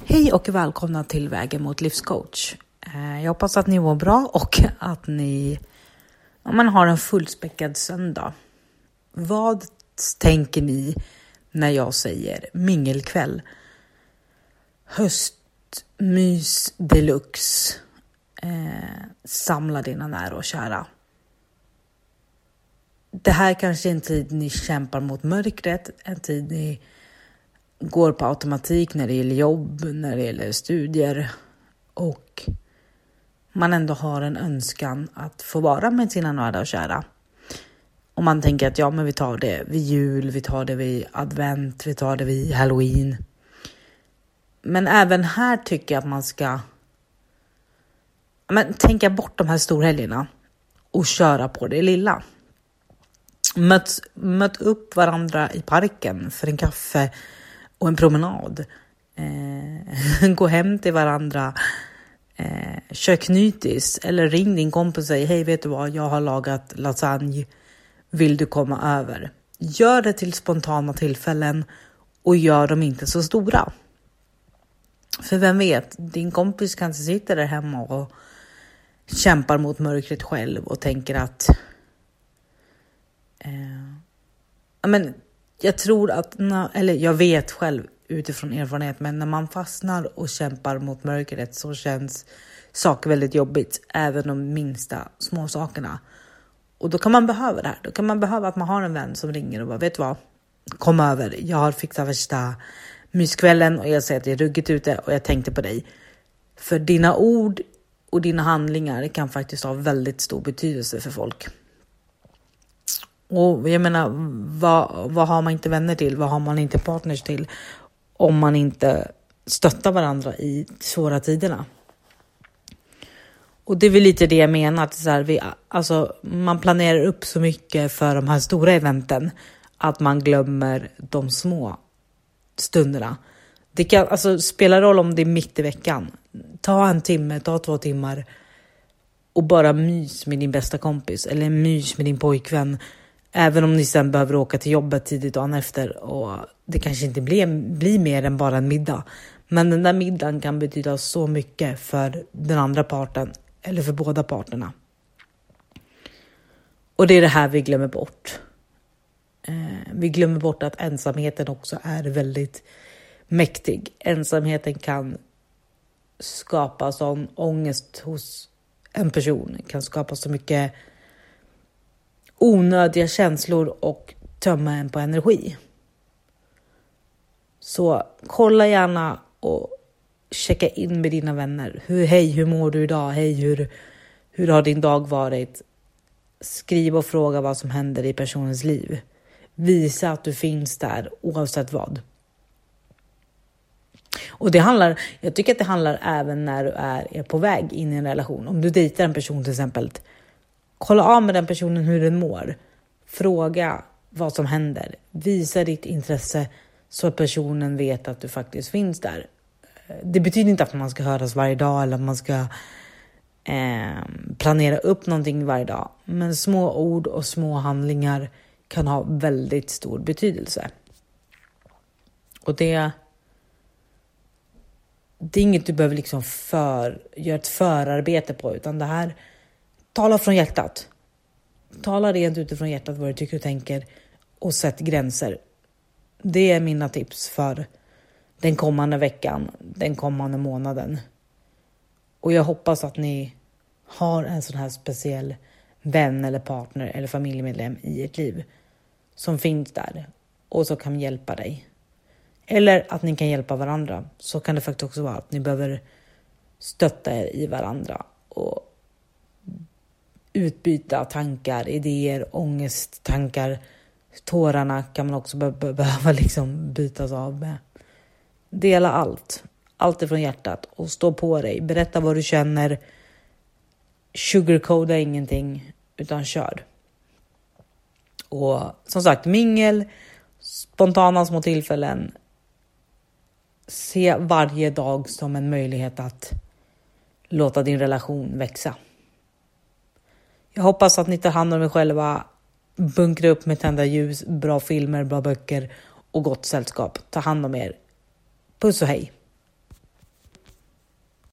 Hej och välkomna till Vägen mot livscoach. Jag hoppas att ni mår bra och att ni har en fullspäckad söndag. Vad tänker ni när jag säger mingelkväll? Höstmys deluxe. Samla dina nära och kära. Det här kanske är en tid ni kämpar mot mörkret. En tid ni går på automatik när det gäller jobb, när det gäller studier. Och man ändå har en önskan att få vara med sina nära och kära. Och man tänker att men vi tar det vid jul, vi tar det vid advent, vi tar det vid Halloween. Men även här tycker jag att man ska tänka bort de här storhelgerna och köra på det lilla. Möt upp varandra i parken för en kaffe och en promenad. Gå hem till varandra. Kör knytis. Eller ring din kompis och säg: hej, vet du vad? Jag har lagat lasagne. Vill du komma över? Gör det till spontana tillfällen. Och gör dem inte så stora. För vem vet? Din kompis kanske sitter där hemma och kämpar mot mörkret själv. Och tänker att jag tror att, eller jag vet själv utifrån erfarenhet, men när man fastnar och kämpar mot mörkret så känns saker väldigt jobbigt, även de minsta små sakerna. Och då kan man behöva det här. Då kan man behöva att man har en vän som ringer och bara: vet du vad? Kom över. Jag har fixat värsta myskvällen och jag säger att det är ruggigt ute och jag tänkte på dig. För dina ord och dina handlingar kan faktiskt ha väldigt stor betydelse för folk. Och jag menar, vad har man inte vänner till? Vad har man inte partners till? Om man inte stöttar varandra i svåra tiderna. Och det är väl lite det jag menar. Att så här, man planerar upp så mycket för de här stora eventen att man glömmer de små stunderna. Det kan spela roll om det är mitt i veckan. Ta en timme, ta 2 timmar och bara mys med din bästa kompis eller mys med din pojkvän. Även om ni sen behöver åka till jobbet tidigt dagen efter och det kanske inte blir mer än bara en middag. Men den där middagen kan betyda så mycket för den andra parten eller för båda parterna. Och det är det här vi glömmer bort. Vi glömmer bort att ensamheten också är väldigt mäktig. Ensamheten kan skapa sån ångest hos en person. Kan skapa så mycket onödiga känslor och tömma en på energi. Så kolla gärna och checka in med dina vänner. Hur mår du idag? Hej, hur har din dag varit? Skriv och fråga vad som händer i personens liv. Visa att du finns där oavsett vad. Och jag tycker att det handlar även när du är på väg in i en relation. Om du dejtar en person till exempel. Kolla av med den personen hur den mår. Fråga vad som händer. Visa ditt intresse så att personen vet att du faktiskt finns där. Det betyder inte att man ska höras varje dag eller att man ska planera upp någonting varje dag. Men små ord och små handlingar kan ha väldigt stor betydelse. Och det är inget du behöver göra ett förarbete på, utan det här, tala från hjärtat. Tala rent utifrån hjärtat vad du tycker och tänker och sätt gränser. Det är mina tips för den kommande veckan, den kommande månaden. Och jag hoppas att ni har en sån här speciell vän eller partner eller familjemedlem i ert liv som finns där och så kan hjälpa dig. Eller att ni kan hjälpa varandra. Så kan det faktiskt också vara att ni behöver stötta er i varandra och utbyta tankar, idéer, ångesttankar. Tårarna kan man också behöva bytas av med. Dela allt ifrån hjärtat och stå på dig. Berätta vad du känner. Sugarcoda ingenting, utan kör. Och som sagt, mingel, spontana små tillfällen. Se varje dag som en möjlighet att låta din relation växa. Jag hoppas att ni tar hand om er själva. Bunkra upp med tända ljus, bra filmer, bra böcker och gott sällskap. Ta hand om er. Puss och hej.